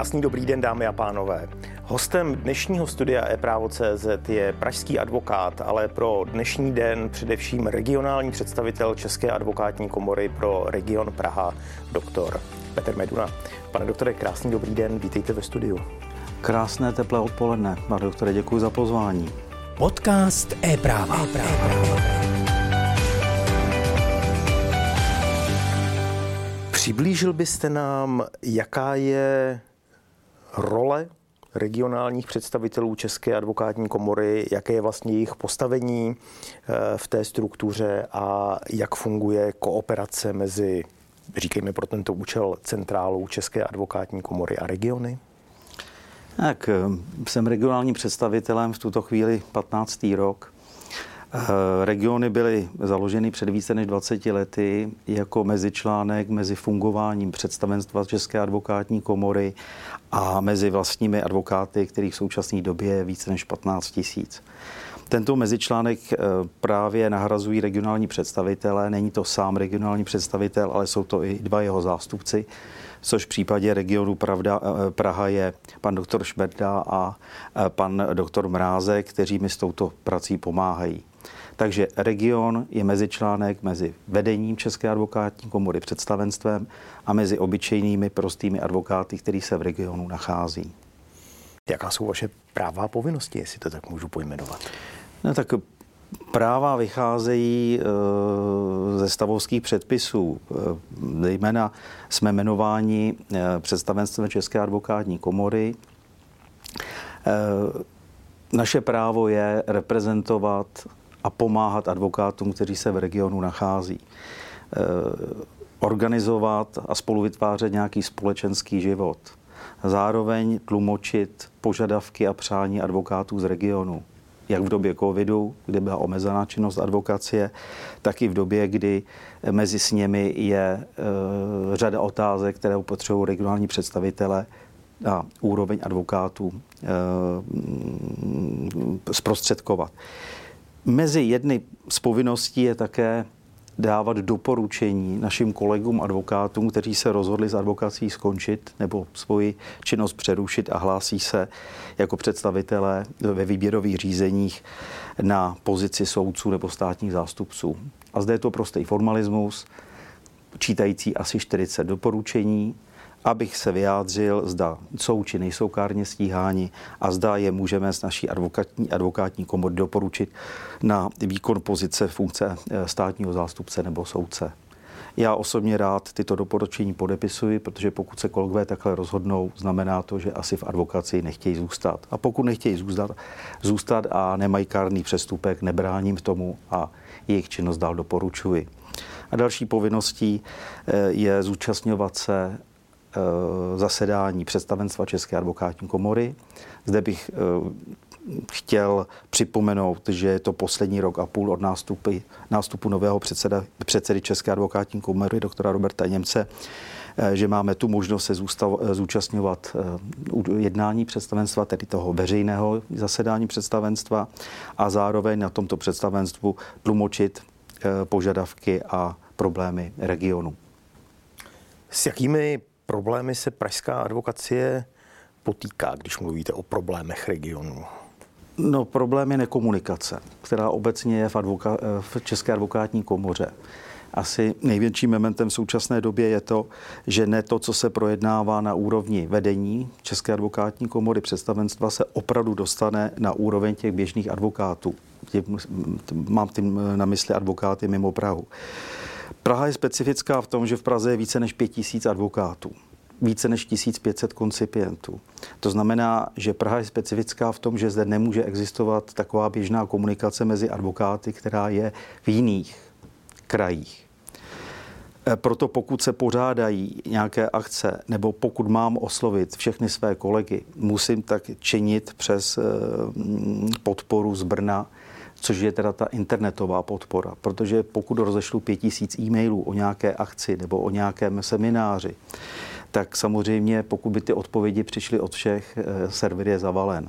Krásný dobrý den, dámy a pánové. Hostem dnešního studia ePrávo.cz je pražský advokát, ale pro dnešní den především regionální představitel České advokátní komory pro region Praha, doktor Petr Meduna. Pane doktore, krásný dobrý den, vítejte ve studiu. Krásné teplé odpoledne, pane doktore, děkuji za pozvání. Podcast ePráva. Přiblížil byste nám, jaká je role regionálních představitelů České advokátní komory, jaké je vlastně jejich postavení v té struktuře a jak funguje kooperace mezi, říkejme pro tento účel, centrálou České advokátní komory a regiony? Tak, jsem regionálním představitelem v tuto chvíli 15. rok. Regiony byly založeny před více než 20 lety jako mezičlánek mezi fungováním představenstva České advokátní komory a mezi vlastními advokáty, kterých v současné době je více než 15 000. Tento mezičlánek právě nahrazují regionální představitelé. Není to sám regionální představitel, ale jsou to i dva jeho zástupci, což v případě regionu Praha je pan doktor Šmerda a pan doktor Mrázek, kteří mi s touto prací pomáhají. Takže region je mezičlánek mezi vedením České advokátní komory představenstvem a mezi obyčejnými prostými advokáty, kteří se v regionu nachází. Jaká jsou vaše práva a povinnosti, jestli to tak můžu pojmenovat? No, tak práva vycházejí ze stavovských předpisů. Zejména jsme jmenováni představenstvem České advokátní komory. Naše právo je reprezentovat a pomáhat advokátům, kteří se v regionu nachází. Organizovat a spolu vytvářet nějaký společenský život. Zároveň tlumočit požadavky a přání advokátů z regionu. Jak v době covidu, kdy byla omezená činnost advokacie, tak i v době, kdy mezi s nimi je řada otázek, které potřebují regionální představitele a úroveň advokátů zprostředkovat. Mezi jedny z povinností je také dávat doporučení našim kolegům advokátům, kteří se rozhodli s advokací skončit nebo svoji činnost přerušit a hlásí se jako představitelé ve výběrových řízeních na pozici soudců nebo státních zástupců. A zde je to prostý formalismus, čítající asi 40 doporučení, abych se vyjádřil, zda jsou či nejsou kárně stíháni a zda je můžeme z naší advokátní komory doporučit na výkon pozice funkce státního zástupce nebo soudce. Já osobně rád tyto doporučení podepisuji, protože pokud se kolegové takhle rozhodnou, znamená to, že asi v advokaci nechtějí zůstat. A pokud nechtějí zůstat a nemají kárný přestupek, nebráním tomu a jejich činnost dál doporučuji. A další povinností je zúčastňovat se zasedání představenstva České advokátní komory. Zde bych chtěl připomenout, že je to poslední rok a půl od nástupu nového předsedy České advokátní komory, doktora Roberta Němce, že máme tu možnost se zúčastňovat jednání představenstva, tedy toho veřejného zasedání představenstva a zároveň na tomto představenstvu tlumočit požadavky a problémy regionu. S jakými problémy se pražská advokacie potýká, když mluvíte o problémech regionu? No, problém je nekomunikace, která obecně je v České advokátní komoře. Asi největším mementem v současné době je to, že ne to, co se projednává na úrovni vedení České advokátní komory představenstva, se opravdu dostane na úroveň těch běžných advokátů. Mám tím na mysli advokáty mimo Prahu. Praha je specifická v tom, že v Praze je více než 5 000 advokátů, více než 1500 koncipientů. To znamená, že Praha je specifická v tom, že zde nemůže existovat taková běžná komunikace mezi advokáty, která je v jiných krajích. Proto pokud se pořádají nějaké akce, nebo pokud mám oslovit všechny své kolegy, musím tak činit přes podporu z Brna, což je teda ta internetová podpora. Protože pokud rozešlu 5000 e-mailů o nějaké akci nebo o nějakém semináři, tak samozřejmě, pokud by ty odpovědi přišly od všech, server je zavalen.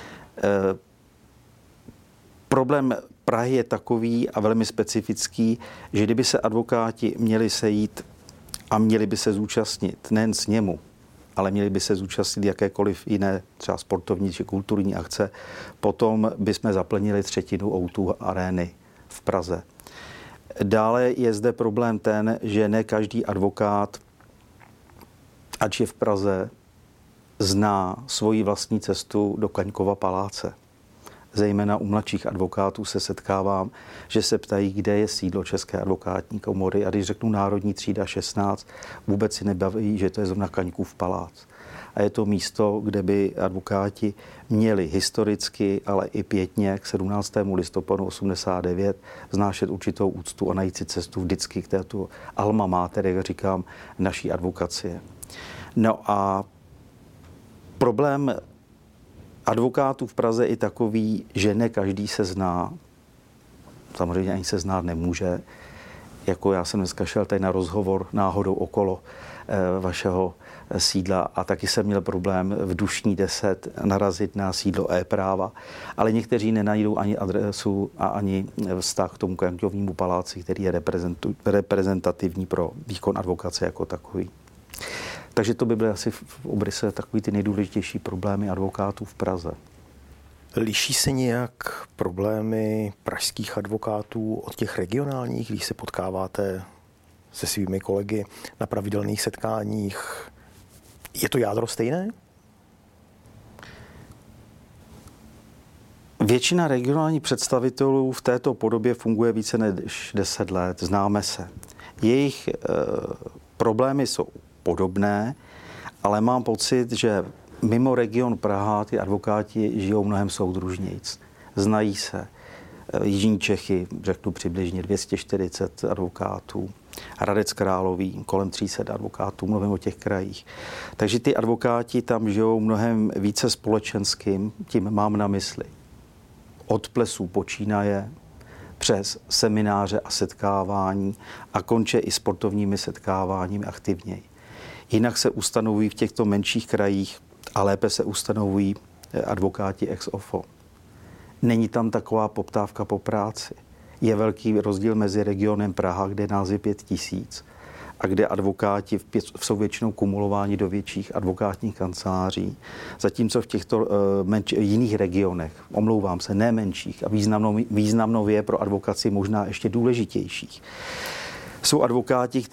Problém Prahy je takový a velmi specifický, že kdyby se advokáti měli sejít a měli by se zúčastnit nejen s němu, ale měli by se zúčastnit jakékoliv jiné, třeba sportovní či kulturní akce, potom bychom zaplnili 1/3 O2 arény v Praze. Dále je zde problém ten, že ne každý advokát, ač je v Praze, zná svoji vlastní cestu do Kaňkova paláce. Zejména u mladších advokátů se setkávám, že se ptají, kde je sídlo České advokátní komory, a když řeknu Národní třída 16, vůbec si nebaví, že to je zrovna Kaňkův palác. A je to místo, kde by advokáti měli historicky, ale i pietně k 17. listopadu 89 znášet určitou úctu a najít si cestu vždycky k této alma mater, jak říkám, naší advokacie. No a problém advokátů v Praze je takový, že ne každý se zná. Samozřejmě ani se znát nemůže. Jako já jsem dneska šel tady na rozhovor náhodou okolo vašeho sídla a taky jsem měl problém v Dušní 10 narazit na sídlo e-práva, ale někteří nenajdou ani adresu a ani vztah k tomu Kaňkovému paláci, který je reprezentativní pro výkon advokace jako takový. Takže to by byly asi v obryse takový ty nejdůležitější problémy advokátů v Praze. Liší se nějak problémy pražských advokátů od těch regionálních, když se potkáváte se svými kolegy na pravidelných setkáních? Je to jádro stejné? Většina regionálních představitelů v této podobě funguje více než 10 let. Známe se. Jejich problémy jsou podobné, ale mám pocit, že mimo region Praha ty advokáti žijou mnohem soudružnějc. Znají se. Jižní Čechy, řeknu přibližně 240 advokátů. Hradec Králové, kolem 300 advokátů, mluvím o těch krajích. Takže ty advokáti tam žijou mnohem více společenským, tím mám na mysli. Od plesů počínaje, přes semináře a setkávání a konče i sportovními setkáváními aktivněji. Jinak se ustanovují v těchto menších krajích a lépe se ustanovují advokáti ex ofo. Není tam taková poptávka po práci. Je velký rozdíl mezi regionem Praha, kde nás je 5 000, a kde advokáti jsou většinou kumulováni do větších advokátních kanceláří, zatímco v těchto jiných regionech, omlouvám se, ne menších a významnově pro advokaci možná ještě důležitějších, jsou advokáti,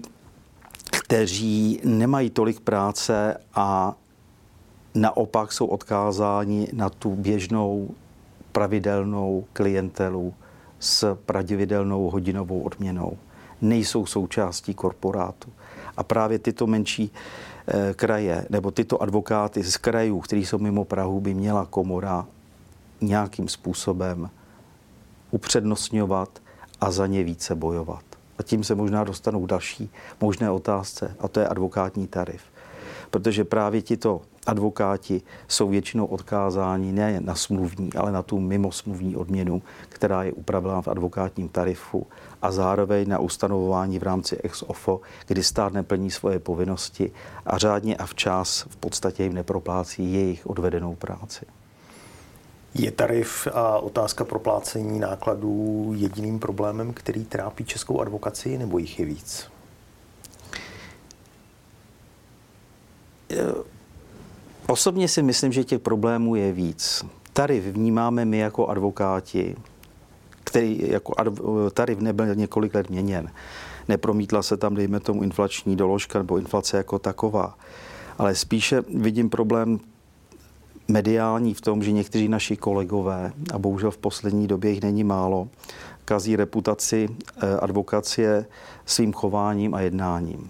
kteří nemají tolik práce a naopak jsou odkázáni na tu běžnou pravidelnou klientelu s pravidelnou hodinovou odměnou. Nejsou součástí korporátu. A právě tyto menší kraje nebo tyto advokáty z krajů, kteří jsou mimo Prahu, by měla komora nějakým způsobem upřednostňovat a za ně více bojovat. A tím se možná dostanou k další možné otázce, a to je advokátní tarif. Protože právě tito advokáti jsou většinou odkázáni ne na smluvní, ale na tu mimosmluvní odměnu, která je upravena v advokátním tarifu, a zároveň na ustanovování v rámci ex ofo, kdy stát neplní svoje povinnosti a řádně a včas v podstatě jim neproplácí jejich odvedenou práci. Je tarif a otázka proplácení nákladů jediným problémem, který trápí českou advokaci, nebo jich je víc? Osobně si myslím, že těch problémů je víc. Tarif vnímáme my jako advokáti, který jako tarif nebyl několik let měněn. Nepromítla se tam, dejme tomu, inflační doložka nebo inflace jako taková. Ale spíše vidím problém mediální v tom, že někteří naši kolegové, a bohužel v poslední době jich není málo, kazí reputaci advokacie svým chováním a jednáním.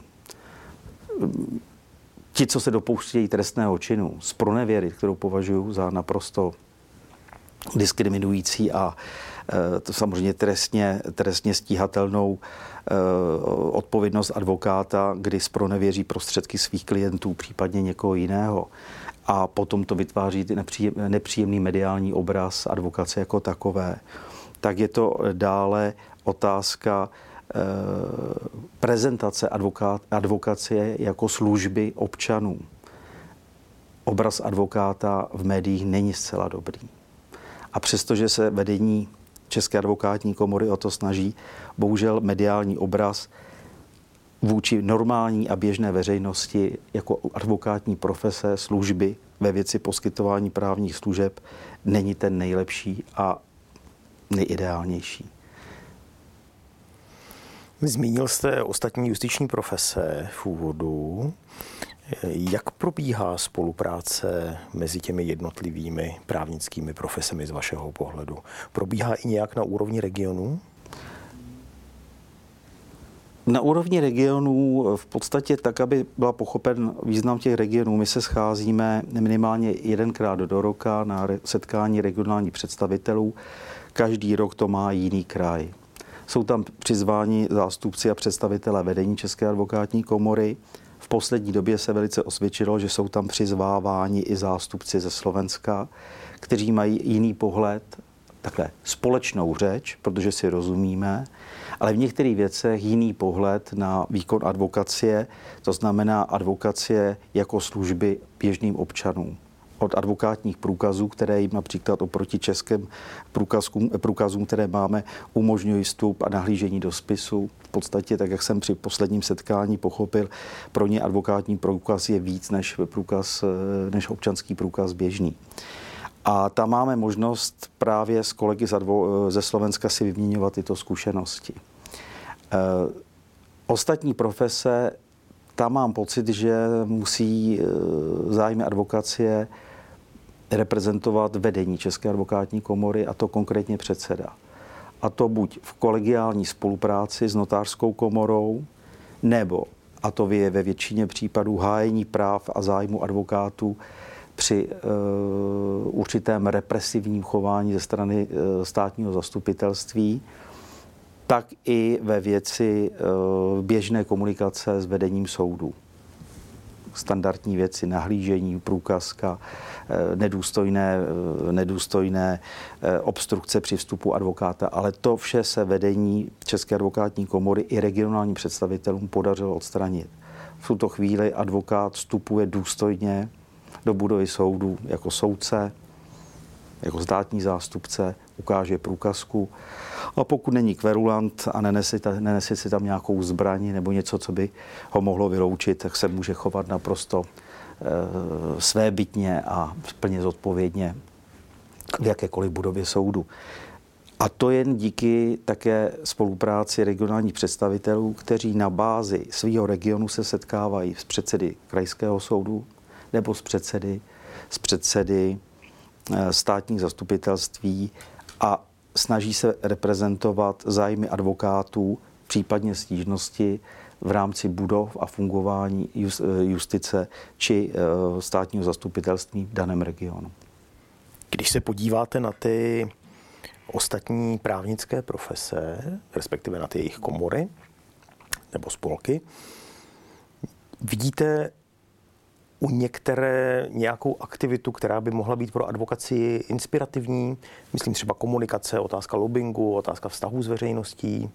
Ti, co se dopouštějí trestného činu z pronevěry, kterou považuji za naprosto diskriminující a to samozřejmě trestně stíhatelnou odpovědnost advokáta, kdy zpronevěří prostředky svých klientů, případně někoho jiného, a potom to vytváří nepříjemný mediální obraz advokace jako takové, tak je to dále otázka prezentace advokacie jako služby občanům. Obraz advokáta v médiích není zcela dobrý. A přestože se vedení České advokátní komory o to snaží, bohužel mediální obraz vůči normální a běžné veřejnosti jako advokátní profese, služby ve věci poskytování právních služeb není ten nejlepší a nejideálnější. Zmínil jste ostatní justiční profese v úvodu. Jak probíhá spolupráce mezi těmi jednotlivými právnickými profesemi z vašeho pohledu? Probíhá i nějak na úrovni regionu? Na úrovni regionů v podstatě tak, aby byla pochopen význam těch regionů, my se scházíme minimálně 1krát do roka na setkání regionálních představitelů. Každý rok to má jiný kraj. Jsou tam přizváni zástupci a představitelé vedení České advokátní komory. V poslední době se velice osvědčilo, že jsou tam přizváváni i zástupci ze Slovenska, kteří mají jiný pohled, takhle společnou řeč, protože si rozumíme, ale v některých věcech jiný pohled na výkon advokacie, to znamená advokacie jako služby běžným občanům. Od advokátních průkazů, které jim například oproti českým průkazům, které máme, umožňují vstup a nahlížení do spisu. V podstatě, tak jak jsem při posledním setkání pochopil, pro ně advokátní průkaz je víc než občanský průkaz běžný. A tam máme možnost právě s kolegy ze Slovenska si vyměňovat tyto zkušenosti. Ostatní profese, tam mám pocit, že musí zájmy advokacie reprezentovat vedení České advokátní komory, a to konkrétně předseda. A to buď v kolegiální spolupráci s notářskou komorou, nebo, a to je ve většině případů, hájení práv a zájmu advokátů při určitém represivním chování ze strany státního zastupitelství, tak i ve věci běžné komunikace s vedením soudu. Standardní věci, nahlížení, průkazka, nedůstojné obstrukce při vstupu advokáta, ale to vše se vedení České advokátní komory i regionálním představitelům podařilo odstranit. V tuto chvíli advokát vstupuje důstojně do budovy soudu jako soudce, jako státní zástupce, ukáže průkazku, a pokud není kverulant a nenese si tam nějakou zbraň nebo něco, co by ho mohlo vyloučit, tak se může chovat naprosto svébytně a plně zodpovědně v jakékoliv budově soudu. A to jen díky také spolupráci regionálních představitelů, kteří na bázi svého regionu se setkávají s předsedy krajského soudu nebo s předsedy státních zastupitelství a snaží se reprezentovat zájmy advokátů, případně stížnosti v rámci budov a fungování justice či státního zastupitelství v daném regionu. Když se podíváte na ty ostatní právnické profese, respektive na ty jejich komory nebo spolky, vidíte u některé nějakou aktivitu, která by mohla být pro advokacii inspirativní? Myslím třeba komunikace, otázka lobbingu, otázka vztahů s veřejností.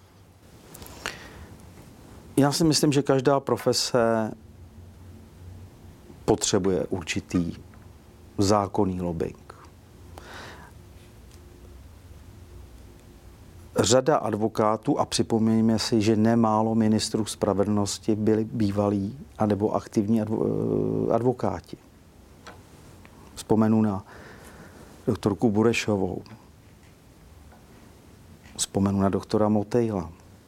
Já si myslím, že každá profese potřebuje určitý zákonný lobbying. Řada advokátů, a připomeňme si, že nemálo ministrů spravedlnosti byli bývalí anebo aktivní advokáti. Vzpomenu na doktorku Burešovou, vzpomenu na doktora Motejla,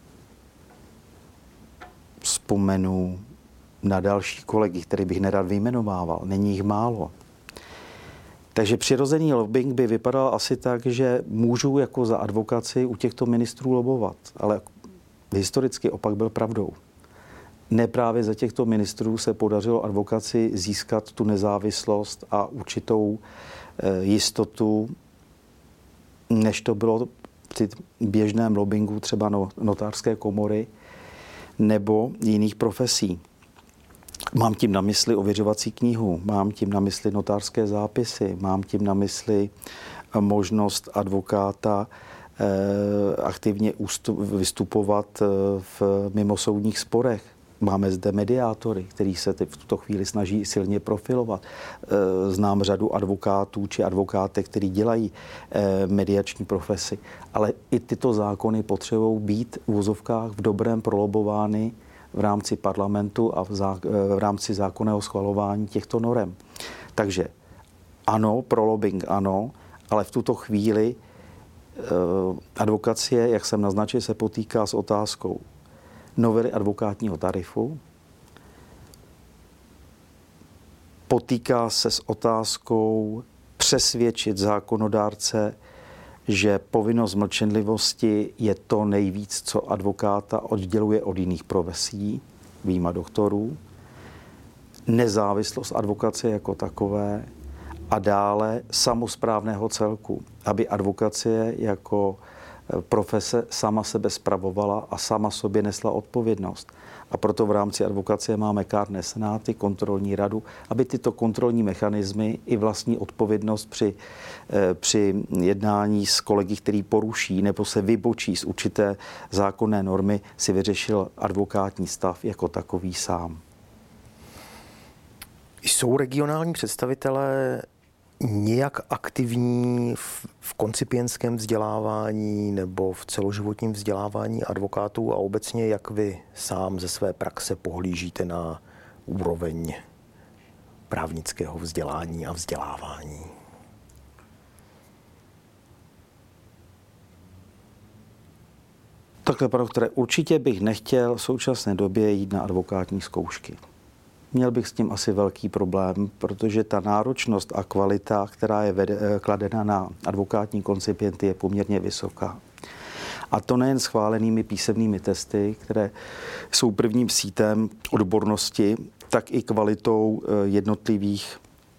vzpomenu na další kolegy, které bych nerad vyjmenovával. Není jich málo. Takže přirozený lobbying by vypadal asi tak, že můžu jako za advokaci u těchto ministrů lobovat, ale historicky opak byl pravdou. Ne právě za těchto ministrů se podařilo advokaci získat tu nezávislost a určitou jistotu, než to bylo při běžném lobbingu třeba notářské komory nebo jiných profesí. Mám tím na mysli ověřovací knihu, mám tím na mysli notářské zápisy, mám tím na mysli možnost advokáta aktivně vystupovat v mimosoudních sporech. Máme zde mediátory, kteří se v tuto chvíli snaží silně profilovat. Znám řadu advokátů či advokátek, kteří dělají mediační profesi. Ale i tyto zákony potřebují být v uvozovkách v dobrém prolobovány v rámci parlamentu a v rámci zákonného schvalování těchto norem. Takže ano, pro lobbying ano, ale v tuto chvíli advokacie, jak jsem naznačil, se potýká s otázkou novely advokátního tarifu, potýká se s otázkou přesvědčit zákonodárce, že povinnost mlčenlivosti je to nejvíc, co advokáta odděluje od jiných profesí, vyjma doktorů, nezávislost advokacie jako takové a dále samosprávného celku, aby advokacie jako profese sama sebe spravovala a sama sobě nesla odpovědnost. A proto v rámci advokacie máme kárné senáty, kontrolní radu, aby tyto kontrolní mechanismy i vlastní odpovědnost při jednání s kolegy, který poruší nebo se vybočí z určité zákonné normy, si vyřešil advokátní stav jako takový sám. Jsou regionální představitelé nějak aktivní v koncipientském vzdělávání nebo v celoživotním vzdělávání advokátů a obecně jak vy sám ze své praxe pohlížíte na úroveň právnického vzdělání a vzdělávání? Takhle, pane doktore, určitě bych nechtěl v současné době jít na advokátní zkoušky. Měl bych s tím asi velký problém, protože ta náročnost a kvalita, která je kladena na advokátní koncipienty, je poměrně vysoká. A to nejen schválenými písemnými testy, které jsou prvním sítem odbornosti, tak i kvalitou jednotlivých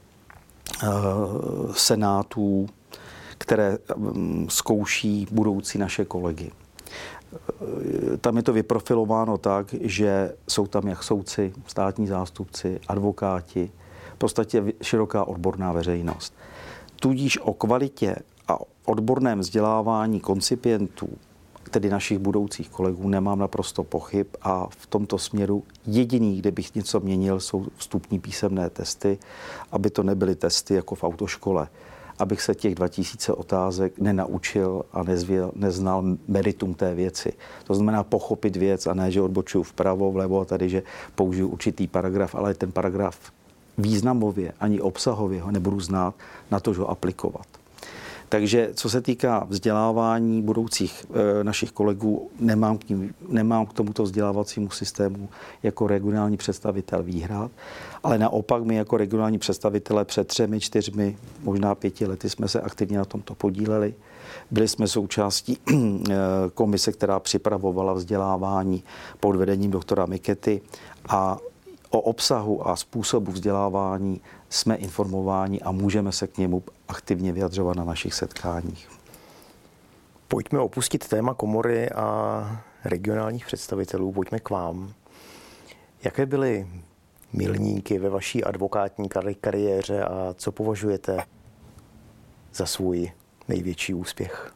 senátů, které zkouší budoucí naše kolegy. Tam je to vyprofilováno tak, že jsou tam jak soudci, státní zástupci, advokáti, v podstatě široká odborná veřejnost. Tudíž o kvalitě a odborném vzdělávání koncipientů, tedy našich budoucích kolegů, nemám naprosto pochyb a v tomto směru jediný, kde bych něco měnil, jsou vstupní písemné testy, aby to nebyly testy jako v autoškole, abych se těch 2000 otázek nenaučil a neznal meritum té věci. To znamená pochopit věc a ne, že odbočuju vpravo, vlevo a tady, že použiju určitý paragraf, ale ten paragraf významově ani obsahově ho nebudu znát, na to, že ho aplikovat. Takže co se týká vzdělávání budoucích našich kolegů, nemám k tomuto vzdělávacímu systému jako regionální představitel výhrad, ale naopak my jako regionální představitelé před 3, 4, možná 5 lety jsme se aktivně na tomto podíleli. Byli jsme součástí komise, která připravovala vzdělávání pod vedením doktora Mikety a o obsahu a způsobu vzdělávání jsme informováni a můžeme se k němu aktivně vyjadřovat na našich setkáních. Pojďme opustit téma komory a regionálních představitelů, pojďme k vám. Jaké byly milníky ve vaší advokátní kariéře a co považujete za svůj největší úspěch?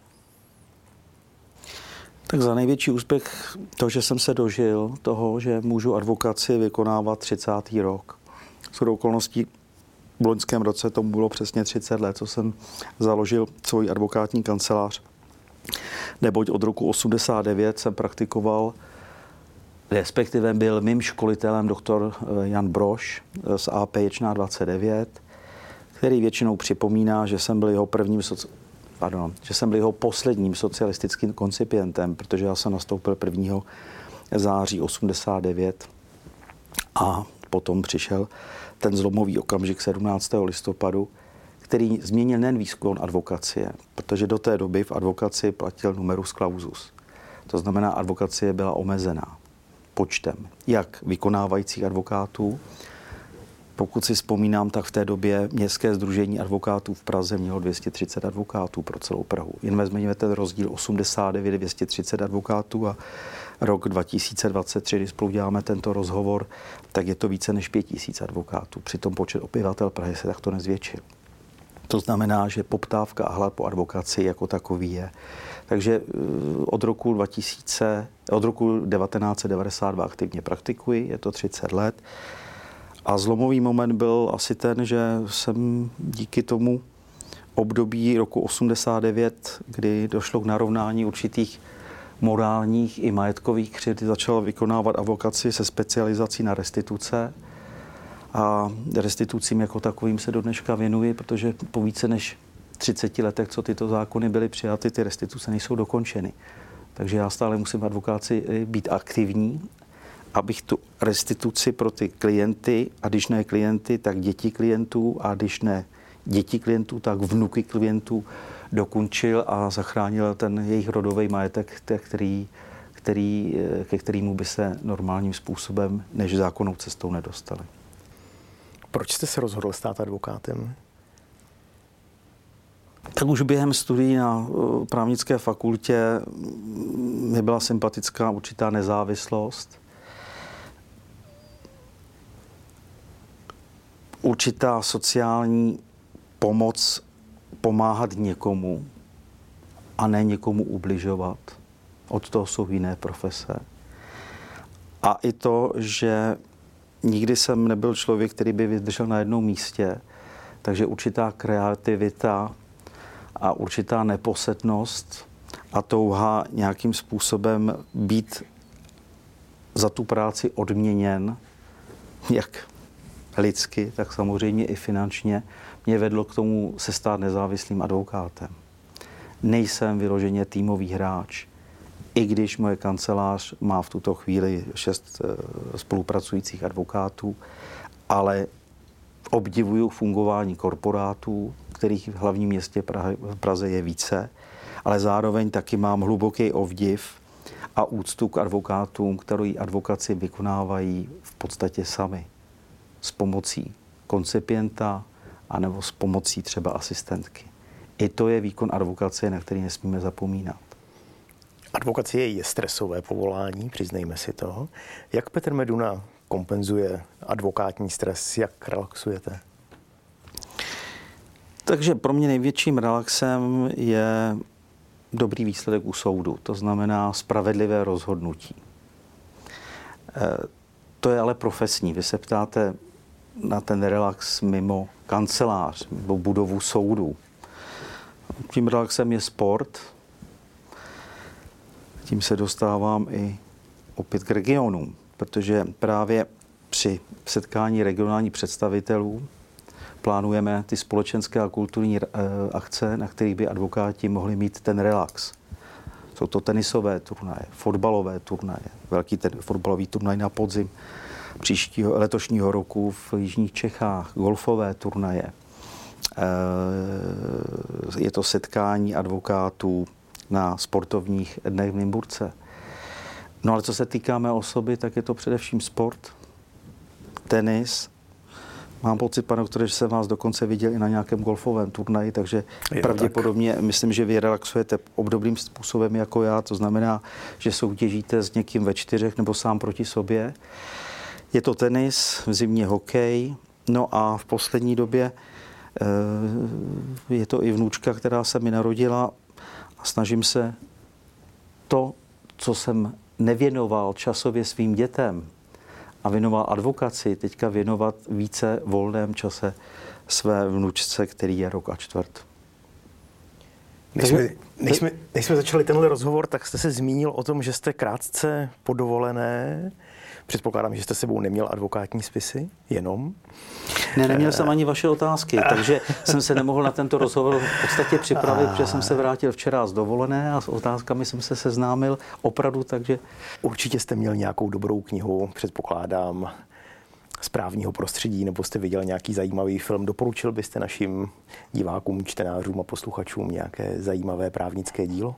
Tak za největší úspěch to, že jsem se dožil toho, že můžu advokaci vykonávat 30. rok. Shodou okolností v loňském roce tomu bylo přesně 30 let, co jsem založil svůj advokátní kancelář. Neboť od roku 89 jsem praktikoval, respektive byl mým školitelem doktor Jan Brož z AP Ječná 29, který většinou připomíná, že jsem byl jeho posledním socialistickým koncipientem, protože já jsem nastoupil 1. září 89 a potom přišel ten zlomový okamžik 17. listopadu, který změnil nejen výzkum advokacie, protože do té doby v advokaci platil numerus clausus. To znamená, advokacie byla omezená počtem jak vykonávajících advokátů. Pokud si vzpomínám, tak v té době Městské sdružení advokátů v Praze mělo 230 advokátů pro celou Prahu. Jen vezměme ten rozdíl 89, 230 advokátů a rok 2023, když spolu děláme tento rozhovor, tak je to více než 5000 advokátů. Přitom počet obyvatel Prahy se takto nezvětšil. To znamená, že poptávka a hlad po advokaci jako takový je. Takže od roku 1992 aktivně praktikuji, je to 30 let. A zlomový moment byl asi ten, že jsem díky tomu období roku 89, kdy došlo k narovnání určitých morálních i majetkových křivd začal vykonávat advokaci se specializací na restituce. A restitucím jako takovým se do dneška věnuji, protože po více než 30 letech, co tyto zákony byly přijaty, ty restituce nejsou dokončeny. Takže já stále musím v advokaci být aktivní, abych tu restituci pro ty klienty, a když ne klienty, tak děti klientů, a když ne děti klientů, tak vnuky klientů dokončil a zachránil ten jejich rodový majetek, ke kterému by se normálním způsobem než zákonnou cestou nedostali. Proč jste se rozhodl stát advokátem? Tak už během studií na právnické fakultě mi byla sympatická určitá nezávislost, určitá sociální pomoc, pomáhat někomu a ne někomu ubližovat. Od toho jsou jiné profese. A i to, že nikdy jsem nebyl člověk, který by vydržel na jednom místě, takže určitá kreativita a určitá neposednost a touha nějakým způsobem být za tu práci odměněn, jak lidsky, tak samozřejmě i finančně, mě vedlo k tomu se stát nezávislým advokátem. Nejsem vyloženě týmový hráč, i když moje kancelář má v tuto chvíli 6 spolupracujících advokátů, ale obdivuju fungování korporátů, kterých v hlavním městě v Praze je více, ale zároveň taky mám hluboký obdiv a úctu k advokátům, kteří advokaci vykonávají v podstatě sami. S pomocí koncipienta anebo s pomocí třeba asistentky. I to je výkon advokacie, na který nesmíme zapomínat. Advokacie je stresové povolání, přiznejme si to. Jak Petr Meduna kompenzuje advokátní stres? Jak relaxujete? Takže pro mě největším relaxem je dobrý výsledek u soudu. To znamená spravedlivé rozhodnutí. To je ale profesní. Vy se ptáte na ten relax mimo kancelář, mimo budovu soudu. Tím relaxem je sport. Tím se dostávám i opět k regionům, protože právě při setkání regionálních představitelů plánujeme ty společenské a kulturní akce, na kterých by advokáti mohli mít ten relax. Jsou to tenisové turnaje, fotbalové turnaje, velký fotbalový turnaj na podzim letošního roku v jižních Čechách, golfové turnaje. Je to setkání advokátů na sportovních dnech v Nymburce. No ale co se týká mé osoby, tak je to především sport, tenis. Mám pocit, pane doktore, že jsem vás dokonce viděl i na nějakém golfovém turnaji, takže pravděpodobně myslím, že vy relaxujete obdobným způsobem jako já. To znamená, že soutěžíte s někým ve 4 nebo sám proti sobě. Je to tenis, v zimě hokej, no a v poslední době je to i vnučka, která se mi narodila a snažím se to, co jsem nevěnoval časově svým dětem a věnoval advokaci, teďka věnovat více volném čase své vnučce, který je 1 rok a čtvrt. Než jsme začali tenhle rozhovor, tak jste se zmínil o tom, že jste krátce po dovolené. Předpokládám, že jste sebou neměl advokátní spisy, jenom. Ne, neměl jsem ani vaše otázky, takže jsem se nemohl na tento rozhovor v podstatě připravit, protože jsem se vrátil včera z dovolené a s otázkami jsem se seznámil opravdu, takže... Určitě jste měl nějakou dobrou knihu, předpokládám, z právního prostředí, nebo jste viděl nějaký zajímavý film. Doporučil byste našim divákům, čtenářům a posluchačům nějaké zajímavé právnické dílo?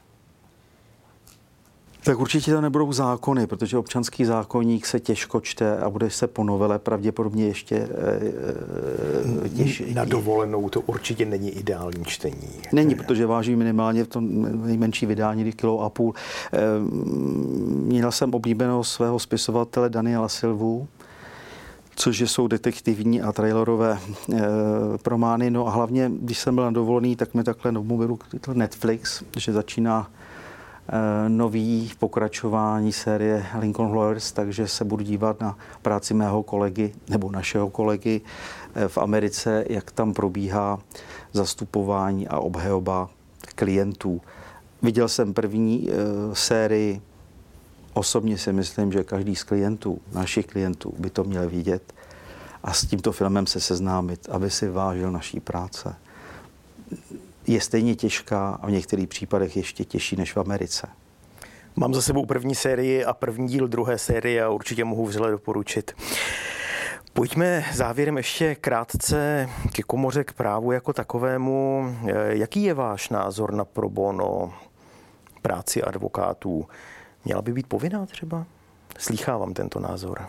Tak určitě to nebudou zákony, protože občanský zákoník se těžko čte a bude se po novele pravděpodobně ještě těžší. Na dovolenou to určitě není ideální čtení. Není, protože váží minimálně v tom nejmenší vydání 1,5 kg. Měl jsem oblíbeného svého spisovatele Daniela Silvu, což jsou detektivní a trailerové romány. No a hlavně, když jsem byl na dovolený, tak mi takhle na mobilu Netflix, že začíná nový pokračování série Lincoln Lawyers, takže se budu dívat na práci mého kolegy nebo našeho kolegy v Americe, jak tam probíhá zastupování a obhajoba klientů. Viděl jsem první sérii. Osobně si myslím, že každý z klientů, našich klientů, by to měl vidět a s tímto filmem se seznámit, aby si vážil naší práce. Je stejně těžká a v některých případech ještě těžší než v Americe. Mám za sebou první sérii a první díl druhé série a určitě mohu vřele doporučit. Pojďme závěrem ještě krátce ke komoře, k právu jako takovému. Jaký je váš názor na pro bono práci advokátů? Měla by být povinná třeba? Slýchávám tento názor.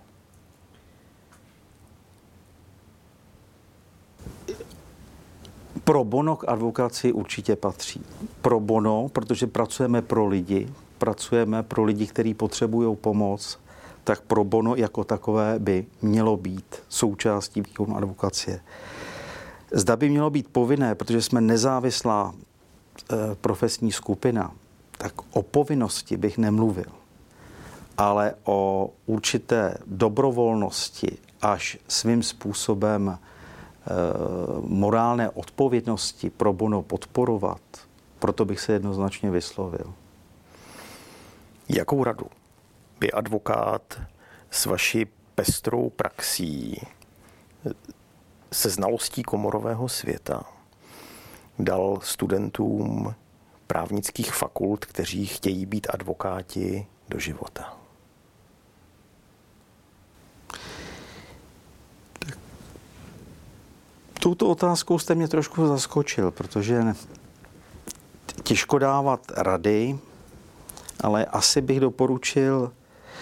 Pro bono k advokaci určitě patří. Pro bono, protože pracujeme pro lidi, kteří potřebují pomoc, tak pro bono jako takové by mělo být součástí výkonu advokacie. Zda by mělo být povinné, protože jsme nezávislá profesní skupina, tak o povinnosti bych nemluvil, ale o určité dobrovolnosti až svým způsobem morálné odpovědnosti pro bono podporovat, proto bych se jednoznačně vyslovil. Jakou radu by advokát s vaší pestrou praxí, se znalostí komorového světa dal studentům právnických fakult, kteří chtějí být advokáti, do života? Touto otázkou jste mě trošku zaskočil, protože těžko dávat rady, ale asi bych doporučil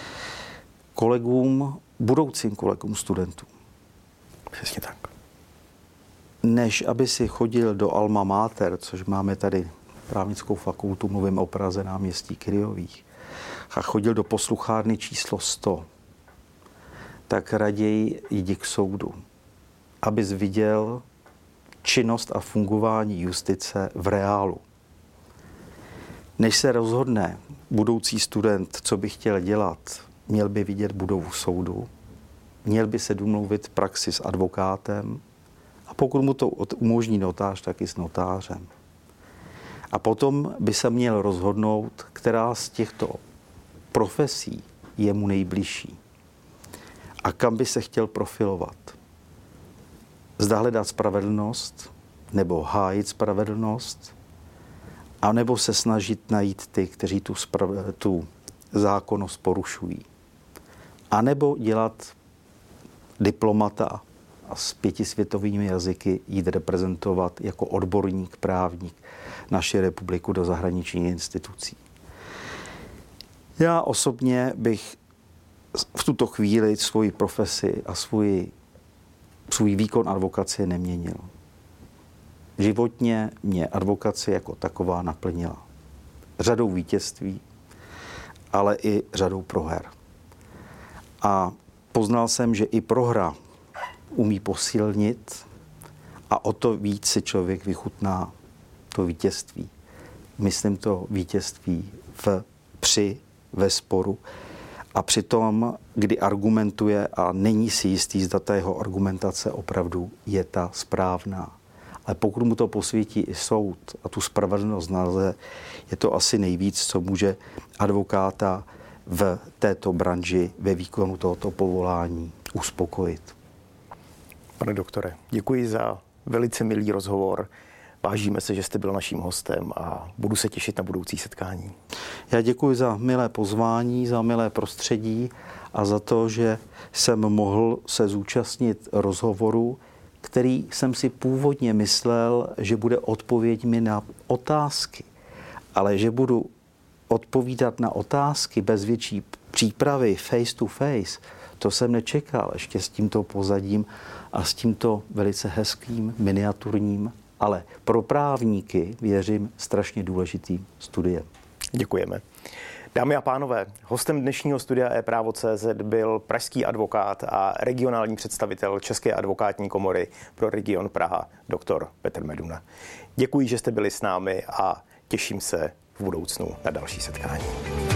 budoucím kolegům studentům. Přesně tak. Než aby si chodil do Alma Mater, což máme tady právnickou fakultu, mluvím o Praze, náměstí Kyriových, a chodil do posluchárny číslo 100, tak raději jdi k soudu, abys viděl činnost a fungování justice v reálu. Než se rozhodne budoucí student, co by chtěl dělat, měl by vidět budovu soudu, měl by se domluvit praxi s advokátem a pokud mu to umožní notář, tak i s notářem. A potom by se měl rozhodnout, která z těchto profesí je mu nejbližší a kam by se chtěl profilovat. Zda hledat spravedlnost, nebo hájit spravedlnost, a nebo se snažit najít ty, kteří tu zákonnost porušují. A nebo dělat diplomata a s 5 světovými jazyky jít reprezentovat jako odborník, právník naši republiku do zahraničních institucí. Já osobně bych v tuto chvíli svoji profesi a svůj výkon advokacie neměnil. Životně mě advokacie jako taková naplnila. Řadou vítězství, ale i řadou proher. A poznal jsem, že i prohra umí posilnit a o to víc si člověk vychutná to vítězství. Myslím to vítězství ve sporu. A přitom, kdy argumentuje a není si jistý, zda ta jeho argumentace opravdu je ta správná. Ale pokud mu to posvětí i soud a tu spravedlnost nalze, je to asi nejvíc, co může advokáta v této branži ve výkonu tohoto povolání uspokojit. Pane doktore, děkuji za velice milý rozhovor. Vážíme se, že jste byl naším hostem a budu se těšit na budoucí setkání. Já děkuji za milé pozvání, za milé prostředí a za to, že jsem mohl se zúčastnit rozhovoru, který jsem si původně myslel, že bude odpověďmi na otázky, ale že budu odpovídat na otázky bez větší přípravy face to face, to jsem nečekal ještě s tímto pozadím a s tímto velice hezkým, miniaturním, ale pro právníky, věřím, strašně důležitým studiem. Děkujeme. Dámy a pánové, hostem dnešního studia ePrávo.cz byl pražský advokát a regionální představitel České advokátní komory pro region Praha, doktor Petr Meduna. Děkuji, že jste byli s námi a těším se v budoucnu na další setkání.